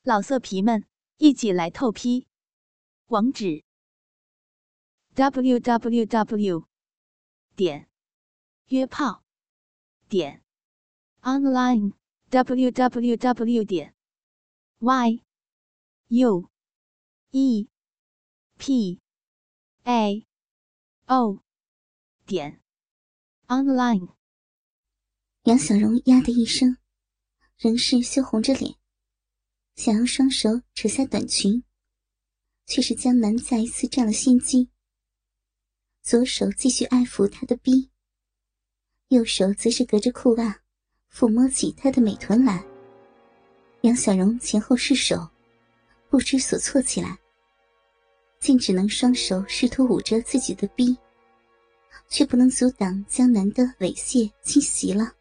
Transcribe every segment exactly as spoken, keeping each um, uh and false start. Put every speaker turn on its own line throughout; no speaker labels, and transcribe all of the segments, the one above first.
老色皮们，一起来透批！网址 ：double u double u double u 点约炮点 online w w w 点 y u e p a o 点 online。
杨小荣呀的一声，仍是羞红着脸，想用双手扯下短裙，却是江南再一次占了先机。左手继续爱抚她的逼，右手则是隔着裤袜抚摸起她的美臀来。杨小荣前后失手，不知所措起来，竟只能双手试图捂着自己的逼，却不能阻挡江南的猥亵侵袭了。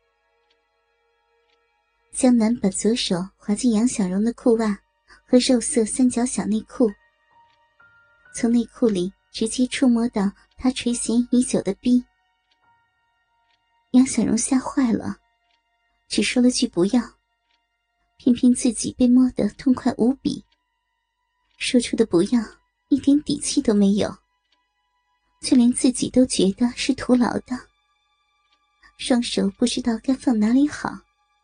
江南把左手滑进杨小荣的裤袜和肉色三角小内裤，从内裤里直接触摸到他垂涎已久的逼。杨小荣吓坏了，只说了句不要，偏偏自己被摸得痛快无比，说出的不要一点底气都没有，就连自己都觉得是徒劳的，双手不知道该放哪里好。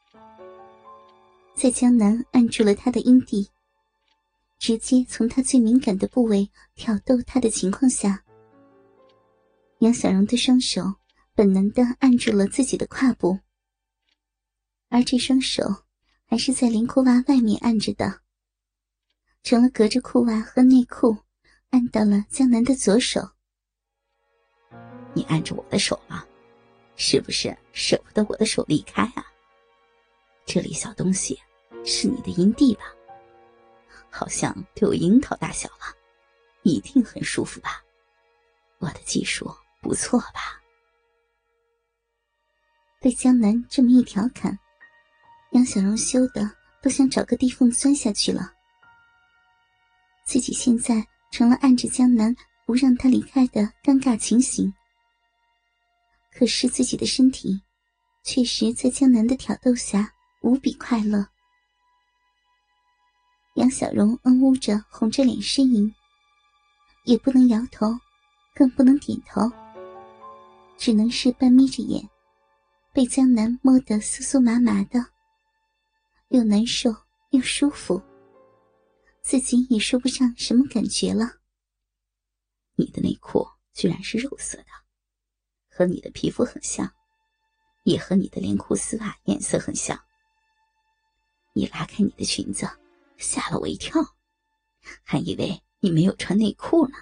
在江南按住了他的阴蒂，直接从他最敏感的部位挑逗他的情况下，杨小荣的双手本能地按住了自己的胯部，而这双手还是在连裤袜外面按着的，成了隔着裤袜和内裤按到了江南的左手。
你按着我的手了，是不是舍不得我的手离开啊？这里小东西是你的阴蒂吧？好像都有樱桃大小了，一定很舒服吧？我的技术不错吧？
被江南这么一调侃，杨小荣羞得都想找个地缝钻下去了。自己现在成了按着江南不让他离开的尴尬情形，可是自己的身体确实在江南的挑逗下无比快乐。杨小荣嗯呜着红着脸呻吟，也不能摇头，更不能点头，只能是半眯着眼，被江南摸得酥酥麻麻的，又难受又舒服，自己也说不上什么感觉了。
你的内裤居然是肉色的，和你的皮肤很像，也和你的连裤丝袜颜色很像。你拉开你的裙子，吓了我一跳，还以为你没有穿内裤呢。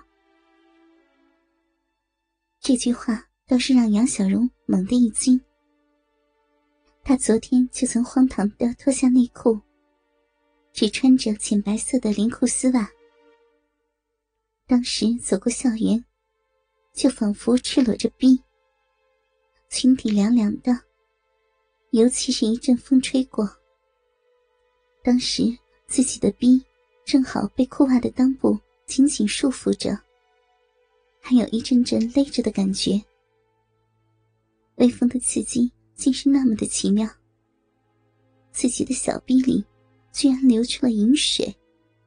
这句话倒是让杨小荣猛地一惊。他昨天就曾荒唐地脱下内裤，只穿着浅白色的连裤丝袜。当时走过校园，就仿佛赤裸着逼，裙底凉凉的，尤其是一阵风吹过，当时自己的逼正好被裤袜的裆部紧紧束缚着，还有一阵阵勒着的感觉。微风的刺激竟是那么的奇妙，自己的小逼里居然流出了饮水。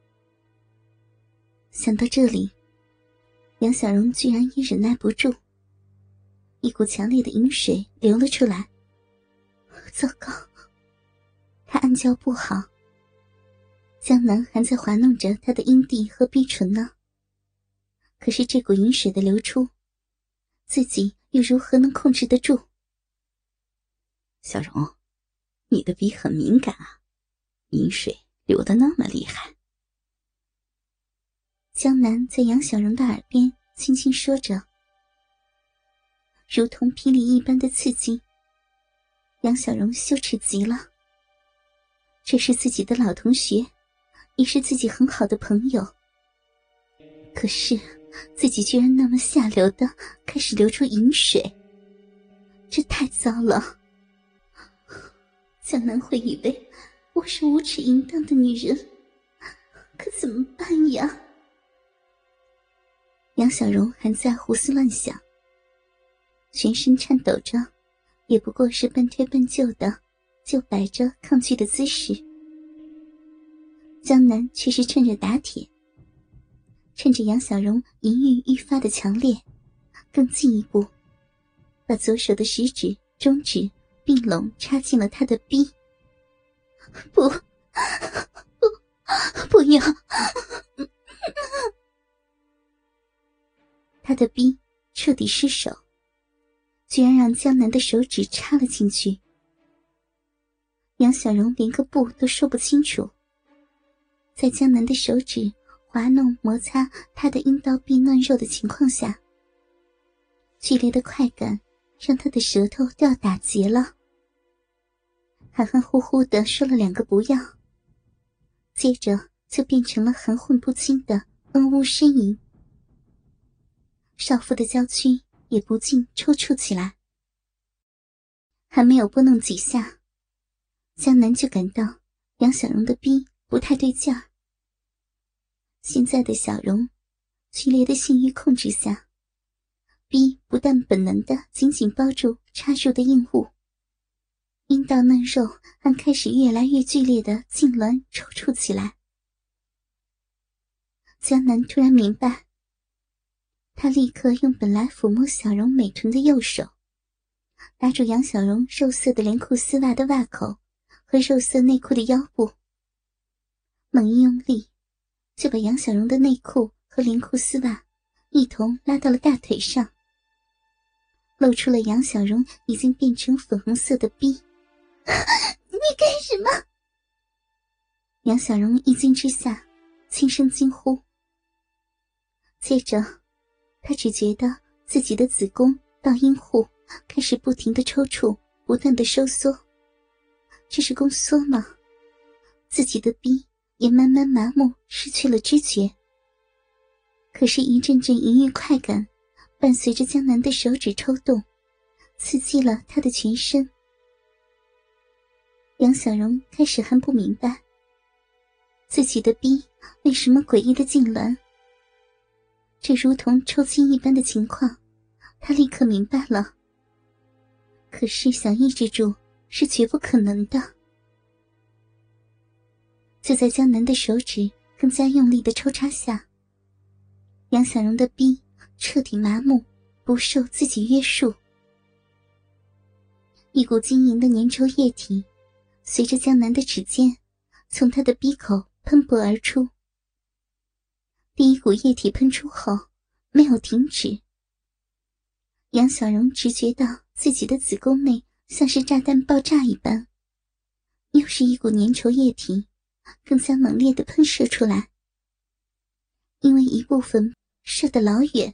想到这里，杨小荣居然也忍耐不住，一股强烈的饮水流了出来。糟糕，他暗叫不好。江南还在滑弄着他的阴蒂和逼唇呢，可是这股饮水的流出，自己又如何能控制得住？
小荣，你的鼻很敏感啊，饮水流得那么厉害。
江南在杨小荣的耳边轻轻说着，如同霹雳一般的刺激。杨小荣羞耻极了，这是自己的老同学，也是自己很好的朋友，可是自己居然那么下流的开始流出饮水，这太糟了。江南会以为我是无耻淫荡的女人，可怎么办呀？杨小荣还在胡思乱想，全身颤抖着，也不过是半推半就的就摆着抗拒的姿势。 江南却是趁热打铁，趁着杨小荣淫欲愈发的强烈，更进一步把左手的食指、中指并拢插进了他的逼。不不不要！他的逼彻底失手，居然让江南的手指插了进去。杨小荣连个不都说不清楚，在江南的手指滑弄摩擦他的阴道壁嫩肉的情况下，剧烈的快感让他的舌头都要打结了，含含糊糊地说了两个不要，接着就变成了含混不清的嗯呜呻吟。少妇的娇躯也不禁抽搐起来，还没有拨弄几下，江南就感到杨小荣的逼不太对劲儿。现在的小荣剧烈的性欲控制下，逼不但本能的紧紧包住插入的硬物，阴道嫩肉还开始越来越剧烈的痉挛抽搐起来。江南突然明白，他立刻用本来抚摸小荣美臀的右手，拉住杨小荣肉色的连裤丝袜的袜口和肉色内裤的腰部，猛一用力，就把杨小荣的内裤和连裤丝袜一同拉到了大腿上，露出了杨小荣已经变成粉红色的逼。你干什么？杨小荣一惊之下轻声惊呼，接着他只觉得自己的子宫到阴户开始不停地抽搐，不断地收缩。这是宫缩吗？自己的逼也慢慢麻木，失去了知觉。可是一阵阵淫欲快感伴随着江南的手指抽动，刺激了他的全身。杨小荣开始还不明白自己的逼为什么诡异的痉挛，这如同抽筋一般的情况，他立刻明白了。可是想抑制住是绝不可能的。就在江南的手指更加用力的抽插下，杨小荣的逼彻底麻木，不受自己约束。一股晶莹的粘稠液体随着江南的指尖从他的逼口喷薄而出。第一股液体喷出后没有停止，杨小荣只觉到自己的子宫内像是炸弹爆炸一般，又是一股粘稠液体更加猛烈地喷射出来，因为一部分射得老远。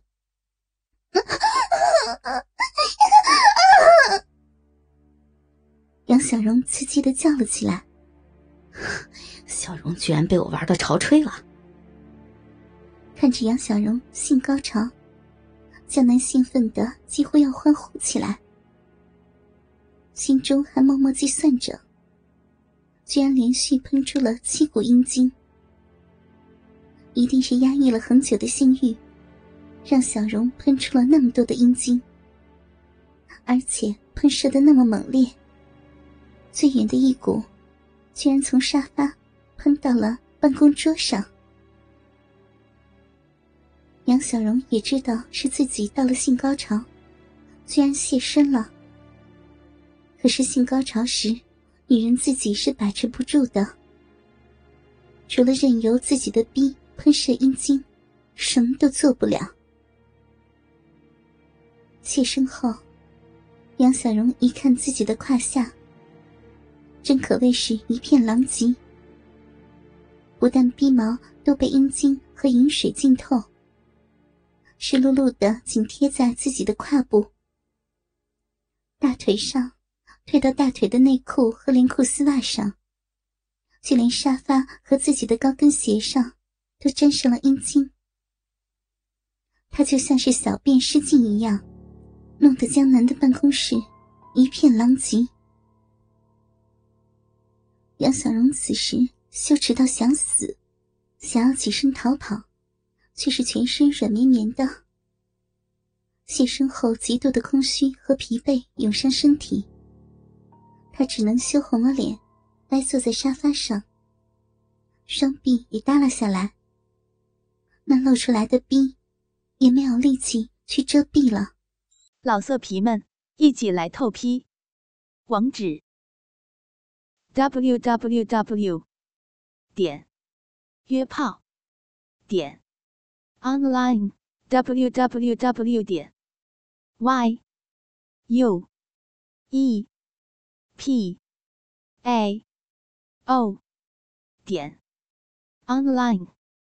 杨小荣刺激地叫了起来，
小荣居然被我玩到潮吹了。
看着杨小荣性高潮，江南兴奋得几乎要欢呼起来，心中还默默计算着，居然连续喷出了七股阴茎，一定是压抑了很久的性欲，让小荣喷出了那么多的阴茎，而且喷射得那么猛烈，最远的一股居然从沙发喷到了办公桌上。杨小荣也知道是自己到了性高潮，居然现身了。可是性高潮时，女人自己是把持不住的，除了任由自己的逼喷射阴茎，什么都做不了。现身后，杨小荣一看自己的胯下，真可谓是一片狼藉，不但逼毛都被阴茎和饮水浸透，湿漉漉的紧贴在自己的胯部，大腿上推到大腿的内裤和连裤丝袜上，就连沙发和自己的高跟鞋上都沾上了阴茎。它就像是小便失禁一样，弄得江南的办公室一片狼藉。杨小荣此时羞耻到想死，想要起身逃跑，却是全身软绵绵的。现身后极度的空虚和疲惫涌上身体，他只能羞红了脸，呆坐在沙发上， 双臂也耷拉下来，那露出来的逼也没有力气去遮蔽了。
老色皮们，一起来透批！网址 ：double-u double-u double-u 点约炮点 online double-u double-u double-u 点 y u e p a o 点 online。